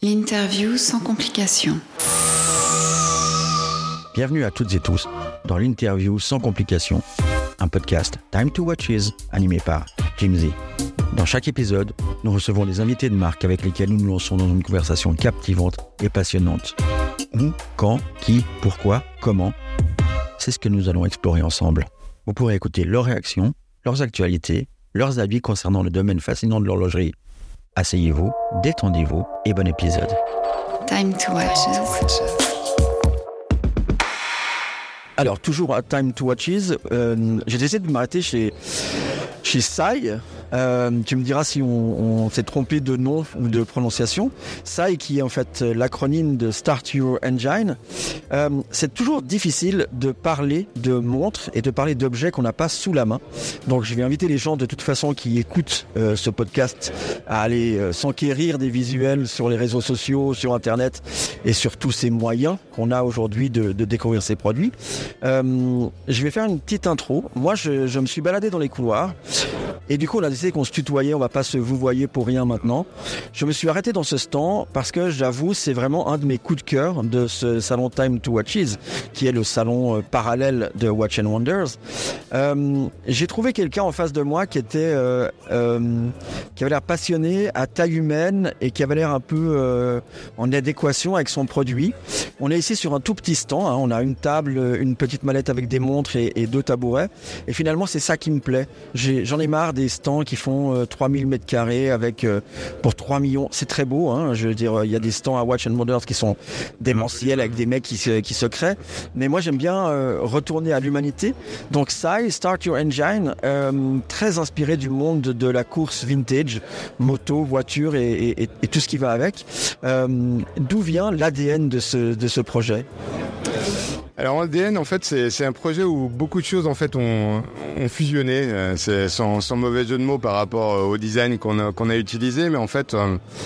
L'interview sans complications. Bienvenue à toutes et tous dans l'interview sans complications, un podcast Time to Watches animé par Jim Z. Dans chaque épisode, nous recevons des invités de marque avec lesquels nous nous lançons dans une conversation captivante et passionnante. Où, quand, qui, pourquoi, comment, c'est ce que nous allons explorer ensemble. Vous pourrez écouter leurs réactions, leurs actualités, leurs avis concernant le domaine fascinant de l'horlogerie. Asseyez-vous, détendez-vous et bon épisode. Time to Watches. Alors, toujours à Time to Watches, j'ai décidé de m'arrêter chez Sai. Tu me diras si on s'est trompé de nom ou de prononciation. Sai, qui est en fait l'acronyme de Start Your Engine. C'est toujours difficile de parler de montres et de parler d'objets qu'on n'a pas sous la main. Donc je vais inviter les gens de toute façon qui écoutent ce podcast à aller s'enquérir des visuels sur les réseaux sociaux, sur Internet et sur tous ces moyens qu'on a aujourd'hui de découvrir ces produits. Je vais faire une petite intro. Moi, je me suis baladé dans les couloirs et du coup, on a décidé qu'on se tutoyait, on va pas se vouvoyer pour rien maintenant. Je me suis arrêté dans ce stand parce que j'avoue, c'est vraiment un de mes coups de cœur de ce salon Time to Watches, qui est le salon parallèle de Watch & Wonders. J'ai trouvé quelqu'un en face de moi qui avait l'air passionné, à taille humaine et qui avait l'air un peu en adéquation avec son produit. On est ici sur un tout petit stand, hein. On a une table, une petite mallette avec des montres et deux tabourets. Et finalement, c'est ça qui me plaît. J'en ai marre des stands qui font 3000 mètres carrés avec pour 3 millions. C'est très beau, hein. Je veux dire, il y a des stands à Watch & Wonders qui sont démentiels avec des mecs qui se créent. Mais moi, j'aime bien retourner à l'humanité. Donc Sai, Start Your Engine, très inspiré du monde de la course vintage, moto, voiture et tout ce qui va avec. D'où vient l'ADN de ce projet ? Alors ADN, en fait, c'est un projet où beaucoup de choses en fait ont fusionné. C'est sans mauvais jeu de mots par rapport au design qu'on a utilisé, mais en fait,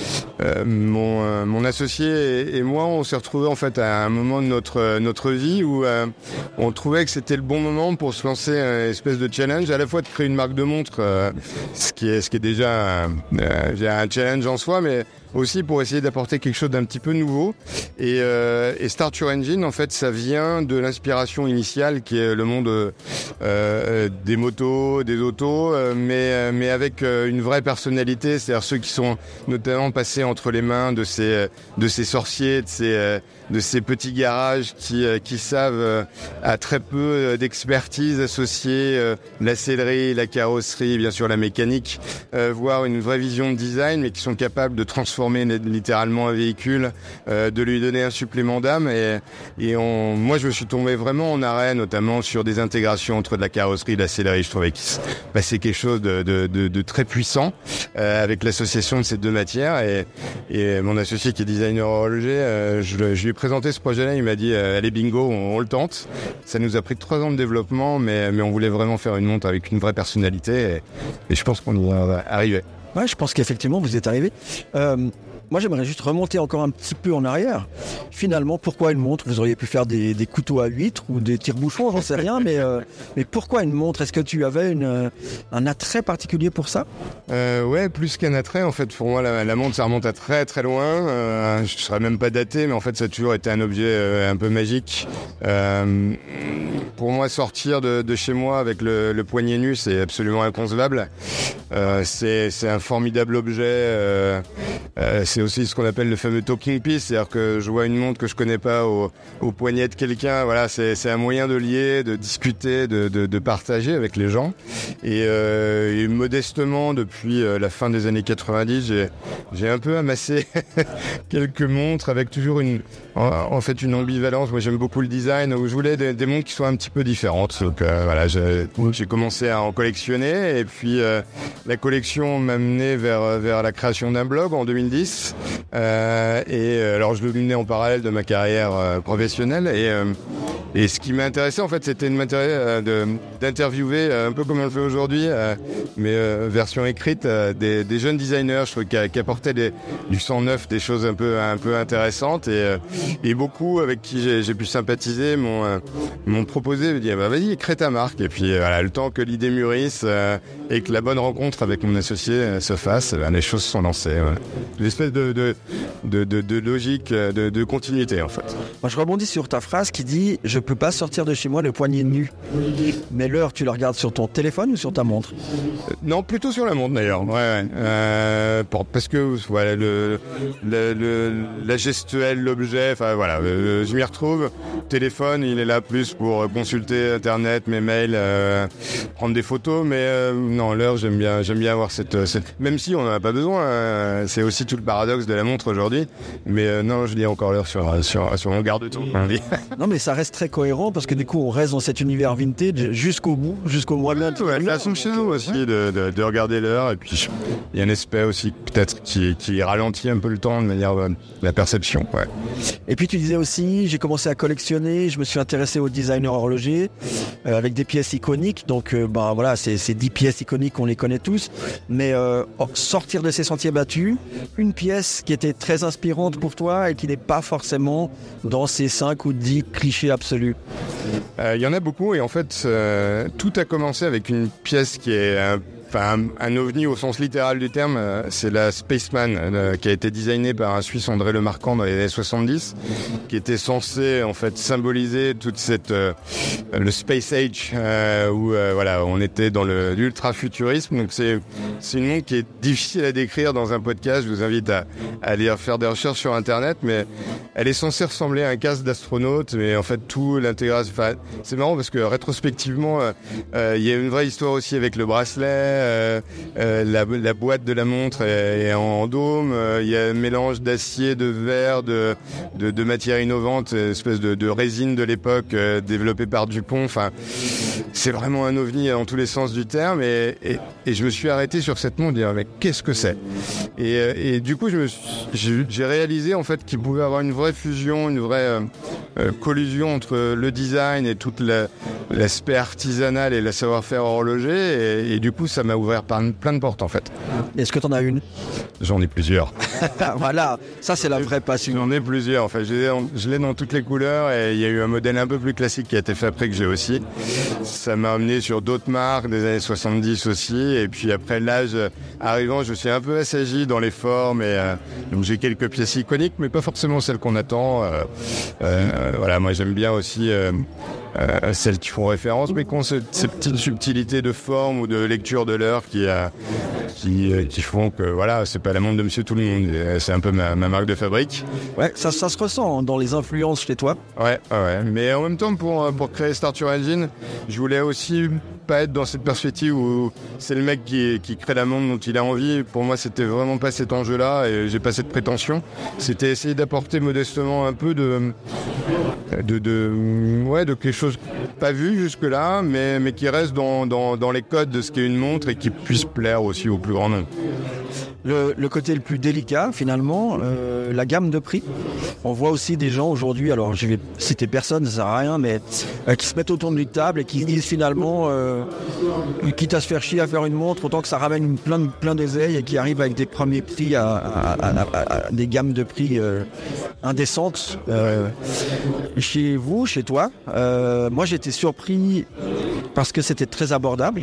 mon associé et moi, on s'est retrouvés en fait à un moment de notre vie où on trouvait que c'était le bon moment pour se lancer une espèce de challenge, à la fois de créer une marque de montre, ce qui est déjà un challenge en soi, mais aussi pour essayer d'apporter quelque chose d'un petit peu nouveau. Et Start Your Engine, en fait, ça vient de l'inspiration initiale qui est le monde des motos, des autos, mais avec une vraie personnalité, c'est-à-dire ceux qui sont notamment passés entre les mains de ces sorciers, de ces petits garages qui savent à très peu d'expertise associer la sellerie, la carrosserie, bien sûr la mécanique, voire une vraie vision de design, mais qui sont capables de transformer littéralement un véhicule, de lui donner un supplément d'âme. Moi, je me suis tombé vraiment en arrêt, notamment sur des intégrations entre de la carrosserie et de la sellerie. Je trouvais qu'il se passait quelque chose de très puissant avec l'association de ces deux matières. Et mon associé qui est designer horloger, je lui ai présenté ce projet-là. Il m'a dit allez bingo, on le tente. Ça nous a pris 3 ans de développement, mais on voulait vraiment faire une montre avec une vraie personnalité. Et je pense qu'on y est arrivé. Ouais, je pense qu'effectivement, vous êtes arrivé. Moi, j'aimerais juste remonter encore un petit peu en arrière. Finalement, pourquoi une montre ? Vous auriez pu faire des couteaux à huîtres ou des tire-bouchons, j'en sais rien, mais pourquoi une montre ? Est-ce que tu avais un attrait particulier pour ça ? Ouais, plus qu'un attrait, en fait, pour moi, la montre, ça remonte à très très loin. Je ne serais même pas daté, mais en fait, ça a toujours été un objet un peu magique. Pour moi, sortir de chez moi avec le poignet nu, c'est absolument inconcevable. C'est un formidable objet. C'est aussi ce qu'on appelle le fameux talking piece, c'est-à-dire que je vois une montre que je connais pas au poignet de quelqu'un. Voilà, c'est un moyen de lier, de discuter, de partager avec les gens. Et modestement, depuis la fin des années 90, j'ai un peu amassé quelques montres avec toujours une ambivalence. Moi, j'aime beaucoup le design, où je voulais des montres qui soient un petit peu différentes. Donc voilà, j'ai commencé à en collectionner, et puis la collection m'a mené vers la création d'un blog en 2010. Alors je le menais en parallèle de ma carrière professionnelle, Et ce qui m'intéressait, en fait, c'était d'interviewer, un peu comme on le fait aujourd'hui, mais version écrite, des jeunes designers, je trouve, qui apportaient du sang neuf, des choses un peu intéressantes. Et beaucoup avec qui j'ai pu sympathiser m'ont proposé, me dire vas-y, crée ta marque. Et puis voilà, le temps que l'idée mûrisse et que la bonne rencontre avec mon associé se fasse, les choses se sont lancées. Ouais. Une espèce de logique, de continuité, en fait. Moi, je rebondis sur ta phrase qui dit « Je peux pas sortir de chez moi le poignet nu ». Mais l'heure, tu la regardes sur ton téléphone ou sur ta montre ? Non, plutôt sur la montre, d'ailleurs. Ouais. Parce que voilà, la gestuelle, l'objet, enfin voilà, je m'y retrouve. Téléphone, il est là plus pour consulter Internet, mes mails, prendre des photos, mais non, l'heure, j'aime bien avoir cette... Même si on n'en a pas besoin, c'est aussi tout le paradoxe de la montre aujourd'hui, mais non, je lis encore l'heure sur mon garde-tout. Non, mais ça reste très cohérent parce que du coup, on reste dans cet univers vintage jusqu'au bout, jusqu'au mois de l'année. Ouais, la façon chez nous aussi de regarder l'heure, et puis il y a un aspect aussi peut-être qui ralentit un peu le temps de manière de la perception. Ouais. Et puis tu disais aussi, j'ai commencé à collectionner, je me suis intéressé aux designers horlogers avec des pièces iconiques. Donc voilà, ces 10 pièces iconiques, on les connaît tous, mais sortir de ces sentiers battus, une pièce qui était très inspirante pour toi et qui n'est pas forcément dans ces 5 ou 10 clichés absolus. Il y en a beaucoup, et en fait tout a commencé avec une pièce qui est un ovni au sens littéral du terme, c'est la Spaceman qui a été designée par un Suisse, André Lemarquand, dans les années 70, qui était censée en fait symboliser toute cette le Space Age où voilà, on était dans l'ultra-futurisme. Donc c'est une montre qui est difficile à décrire dans un podcast. Je vous invite à aller faire des recherches sur Internet, mais elle est censée ressembler à un casque d'astronaute, mais en fait tout l'intégration. Enfin, c'est marrant parce que rétrospectivement, il y a une vraie histoire aussi avec le bracelet. La boîte de la montre est en dôme, il y a un mélange d'acier, de verre, de matières innovantes, une espèce de résine de l'époque développée par Dupont. Enfin, c'est vraiment un ovni dans tous les sens du terme, et je me suis arrêté sur cette montre, dire mais qu'est-ce que c'est ? Et du coup j'ai réalisé en fait qu'il pouvait y avoir une vraie fusion, une vraie collusion entre le design et tout l'aspect artisanal et le savoir-faire horloger, et du coup ça m'a ouvert plein de portes en fait. Est-ce que tu en as une ? J'en ai plusieurs. Voilà, ça c'est la vraie passion. J'en ai plusieurs, en fait. Je l'ai dans toutes les couleurs, et il y a eu un modèle un peu plus classique qui a été fait après que j'ai aussi. Ça m'a amené sur d'autres marques des années 70 aussi, et puis après l'âge arrivant, je suis un peu assagi dans les formes, et donc j'ai quelques pièces iconiques, mais pas forcément celles qu'on attend. Voilà, moi j'aime bien aussi celles qui font référence, mais qui ont ces petites subtilités de forme ou de lecture de l'heure qui font que voilà, c'est pas la montre de Monsieur Tout le Monde, c'est un peu ma marque de fabrique. Ouais, ça se ressent dans les influences chez toi. Ouais. Mais en même temps, pour créer Starture Engine, je voulais aussi pas être dans cette perspective où c'est le mec qui crée la montre dont il a envie. Pour moi, c'était vraiment pas cet enjeu-là, et j'ai pas cette prétention. C'était essayer d'apporter modestement un peu de quelque chose pas vu jusque-là, mais qui reste dans les codes de ce qu'est une montre et qui puisse plaire aussi au plus grand nombre. Le côté le plus délicat, finalement, la gamme de prix. On voit aussi des gens aujourd'hui, alors je vais citer personne, ça sert à rien, mais qui se mettent autour d'une table et qui disent finalement, quitte à se faire chier à faire une montre, autant que ça ramène plein d'aiseilles, et qui arrivent avec des premiers prix à des gammes de prix indécentes. Chez vous, chez toi, moi j'étais surpris parce que c'était très abordable.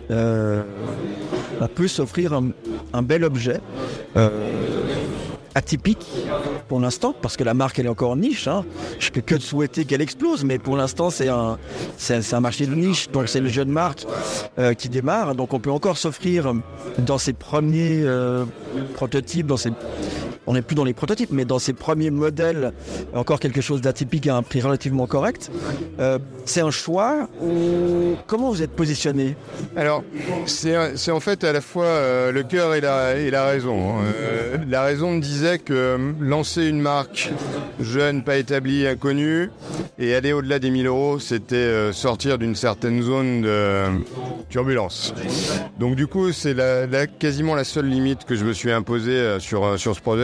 On peut s'offrir un bel objet atypique pour l'instant, parce que la marque elle est encore en niche, hein. Je peux que te souhaiter qu'elle explose, mais pour l'instant c'est un marché de niche, donc c'est une jeune marque qui démarre, donc on peut encore s'offrir dans ses premiers prototypes, on n'est plus dans les prototypes, mais dans ces premiers modèles, encore quelque chose d'atypique à un prix relativement correct. C'est un choix ou comment vous êtes positionné ? Alors, c'est en fait à la fois le cœur et la raison. La raison me disait que lancer une marque jeune, pas établie, inconnue, et aller au-delà des 1000 €, c'était sortir d'une certaine zone de turbulence. Donc du coup, c'est quasiment la seule limite que je me suis imposée sur ce projet,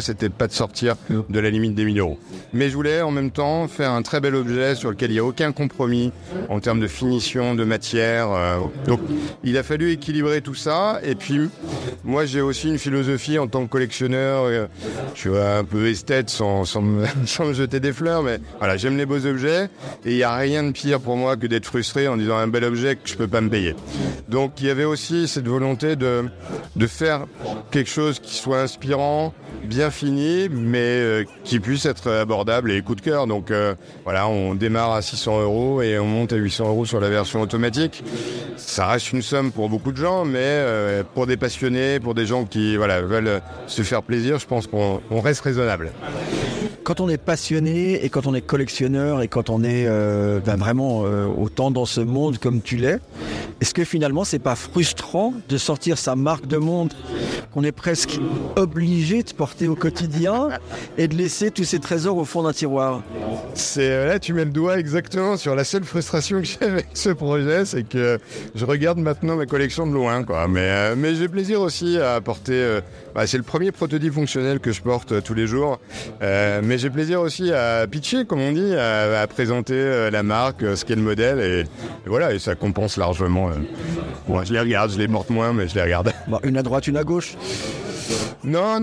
c'était pas de sortir de la limite des 1 000 €. Mais je voulais en même temps faire un très bel objet sur lequel il n'y a aucun compromis en termes de finition, de matière. Donc il a fallu équilibrer tout ça. Et puis moi j'ai aussi une philosophie en tant que collectionneur. Je suis un peu esthète sans me jeter des fleurs, mais voilà, j'aime les beaux objets. Et il n'y a rien de pire pour moi que d'être frustré en disant un bel objet que je ne peux pas me payer. Donc il y avait aussi cette volonté de faire quelque chose qui soit inspirant, bien fini, mais qui puisse être abordable et coup de cœur. Donc voilà, on démarre à 600 € et on monte à 800 € sur la version automatique. Ça reste une somme pour beaucoup de gens, mais pour des passionnés, pour des gens qui veulent se faire plaisir, je pense qu'on reste raisonnable. Quand on est passionné et quand on est collectionneur et quand on est vraiment autant dans ce monde comme tu l'es, est-ce que finalement c'est pas frustrant de sortir sa marque de montre qu'on est presque obligé de porter au quotidien et de laisser tous ces trésors au fond d'un tiroir? Là tu mets le doigt exactement sur la seule frustration que j'ai avec ce projet, c'est que je regarde maintenant ma collection de loin, quoi. Mais j'ai plaisir aussi à porter. C'est le premier prototype fonctionnel que je porte tous les jours. Mais j'ai plaisir aussi à pitcher, comme on dit, à présenter la marque, ce qu'est le modèle. Et voilà, et ça compense largement. Je les regarde, je les porte moins, mais je les regarde. Une à droite, une à gauche. Non,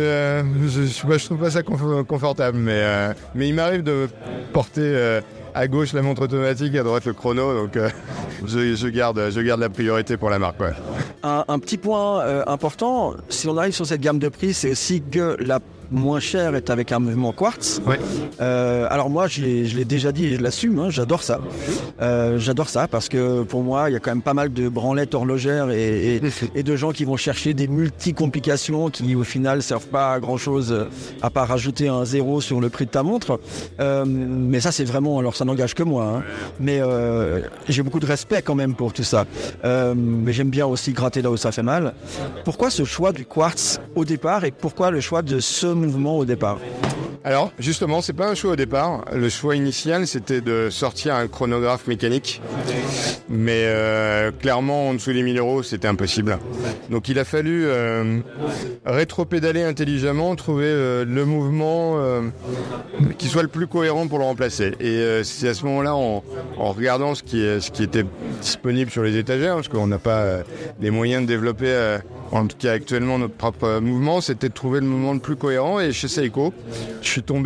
je trouve pas ça confortable. Mais il m'arrive de porter à gauche la montre automatique, à droite le chrono. Donc je garde la priorité pour la marque. Ouais. Un petit point important, si on arrive sur cette gamme de prix, c'est aussi que la moins cher est avec un mouvement quartz. Ouais. Alors moi, je l'ai déjà dit et je l'assume, j'adore ça. J'adore ça parce que pour moi, il y a quand même pas mal de branlettes horlogères et de gens qui vont chercher des multi-complications qui au final servent pas à grand-chose à part rajouter un 0 sur le prix de ta montre. Mais ça, c'est vraiment... Alors ça n'engage que moi. Mais j'ai beaucoup de respect quand même pour tout ça. Mais j'aime bien aussi gratter là où ça fait mal. Pourquoi ce choix du quartz au départ et pourquoi le choix de ce mouvement au départ? Alors, justement, c'est pas un choix au départ. Le choix initial, c'était de sortir un chronographe mécanique. Mais clairement, en dessous des 1 000 €, c'était impossible. Donc, il a fallu rétro-pédaler intelligemment, trouver le mouvement qui soit le plus cohérent pour le remplacer. Et c'est à ce moment-là, en regardant ce qui était disponible sur les étagères, parce qu'on n'a pas les moyens de développer... en tout cas actuellement notre propre mouvement, c'était de trouver le mouvement le plus cohérent. Et chez Seiko, je suis tombé,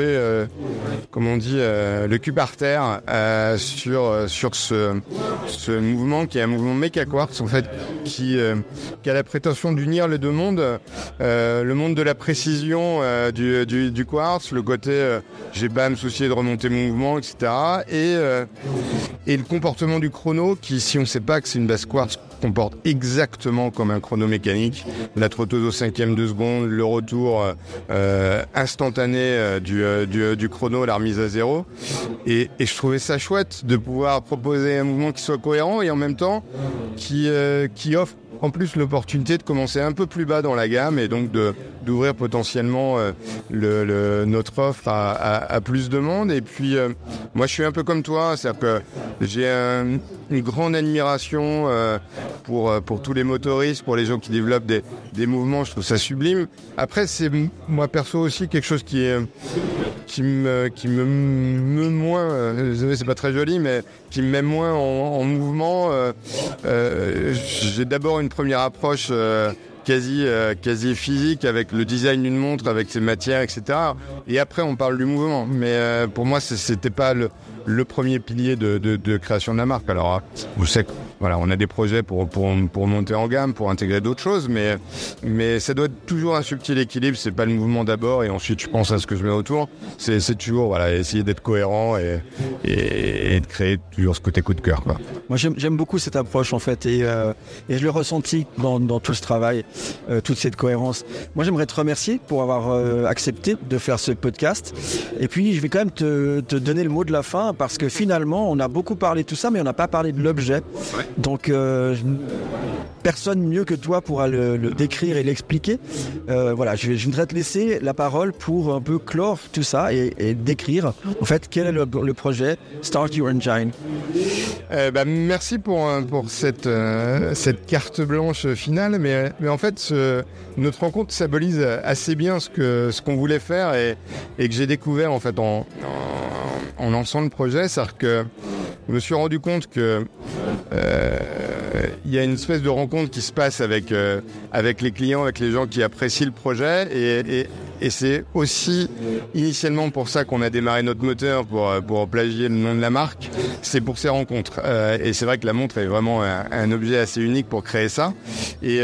le cul par terre sur ce mouvement qui est un mouvement méca quartz en fait, qui a la prétention d'unir les deux mondes, le monde de la précision du quartz, le côté j'ai pas à me soucier de remonter mon mouvement, etc. Et le comportement du chrono qui, si on ne sait pas que c'est une base quartz, comporte exactement comme un chrono mécanique, la trotteuse au 5e de seconde, le retour instantané du chrono, la remise à 0. Et je trouvais ça chouette de pouvoir proposer un mouvement qui soit cohérent et en même temps qui offre en plus l'opportunité de commencer un peu plus bas dans la gamme et donc d'ouvrir potentiellement notre offre à plus de monde. Et puis moi je suis un peu comme toi, c'est-à-dire que j'ai une grande admiration pour tous les motoristes, pour les gens qui développent des mouvements, je trouve ça sublime. Après c'est moi perso aussi quelque chose qui me moins, c'est pas très joli, mais qui me met moins en mouvement. J'ai d'abord une première approche quasi physique avec le design d'une montre, avec ses matières, etc. Et après on parle du mouvement. Mais pour moi c'était pas le premier pilier de création de la marque. Alors je sais que voilà, on a des projets pour monter en gamme, pour intégrer d'autres choses, mais ça doit être toujours un subtil équilibre. C'est pas le mouvement d'abord et ensuite je pense à ce que je mets autour. C'est toujours essayer d'être cohérent et de créer toujours ce côté coup de cœur, quoi. Moi j'aime beaucoup cette approche en fait et je l'ai ressenti dans tout ce travail, toute cette cohérence. Moi j'aimerais te remercier pour avoir accepté de faire ce podcast et puis je vais quand même te donner le mot de la fin parce que finalement on a beaucoup parlé de tout ça mais on n'a pas parlé de l'objet. Ouais. Donc personne mieux que toi pourra le décrire et l'expliquer. Voilà, je voudrais te laisser la parole pour un peu clore tout ça et décrire en fait quel est le projet Start Your Engine. Merci pour cette carte blanche finale, mais en fait fait, notre rencontre symbolise assez bien ce qu'on voulait faire et que j'ai découvert en fait en lançant le projet. C'est-à-dire que je me suis rendu compte que il y a une espèce de rencontre qui se passe avec les clients, avec les gens qui apprécient le projet et c'est aussi initialement pour ça qu'on a démarré notre moteur pour plagier le nom de la marque. C'est pour ces rencontres. Et c'est vrai que la montre est vraiment un objet assez unique pour créer ça. Et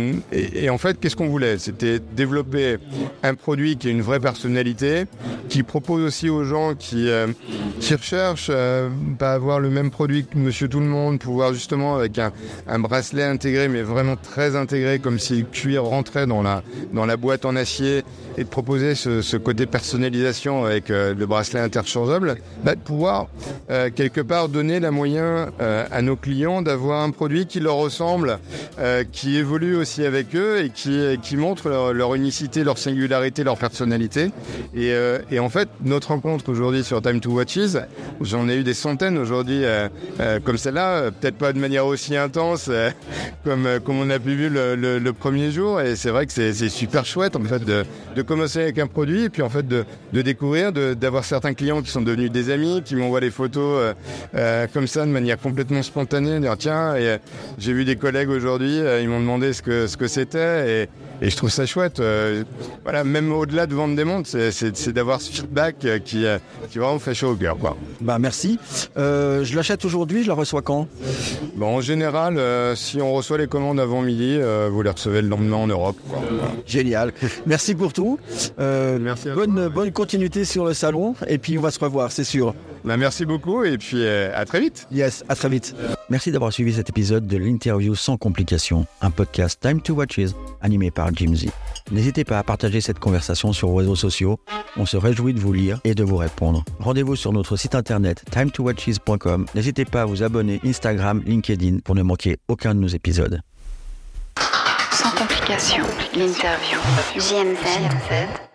en fait, qu'est-ce qu'on voulait ? C'était développer un produit qui a une vraie personnalité, qui propose aussi aux gens qui recherchent pas avoir le même produit que Monsieur Tout le Monde, pouvoir justement avec un bracelet intégré, mais vraiment très intégré, comme si le cuir rentrait dans la boîte en acier, et de proposer ce côté personnalisation avec le bracelet interchangeable, de pouvoir quelque part donner la moyen à nos clients d'avoir un produit qui leur ressemble, qui évolue aussi avec eux et qui montre leur unicité, leur singularité, leur personnalité. Et en fait, notre rencontre aujourd'hui sur Time to Watches, j'en ai eu des centaines aujourd'hui comme celle-là, peut-être pas de manière aussi intense comme on a pu vu le premier jour. Et c'est vrai que c'est super chouette en fait de commencer avec un produit et puis en fait de découvrir, d'avoir certains clients qui sont devenus des amis, qui m'envoient des photos comme ça de manière complètement spontanée, dire tiens, j'ai vu des collègues aujourd'hui, ils m'ont demandé ce que c'était et je trouve ça chouette. Voilà, même au-delà de vendre des montres, c'est d'avoir ce feedback qui vraiment fait chaud au cœur, quoi. Bah merci. Je l'achète aujourd'hui, je la reçois quand ? Bon, en général, si on reçoit les commandes avant midi, vous les recevez le lendemain en Europe, quoi. Génial. Merci pour tout. Merci à bonne continuité sur le salon et puis on va se revoir, c'est sûr. Merci beaucoup et puis à très vite. Yes, à très vite. Merci d'avoir suivi cet épisode de l'interview sans complications, un podcast Time to Watches animé par Jimzy. N'hésitez pas à partager cette conversation sur vos réseaux sociaux. On se réjouit de vous lire et de vous répondre. Rendez-vous sur notre site internet timetowatches.com. N'hésitez pas à vous abonner Instagram, LinkedIn pour ne manquer aucun de nos épisodes. Sans complications, l'interview. JMZ.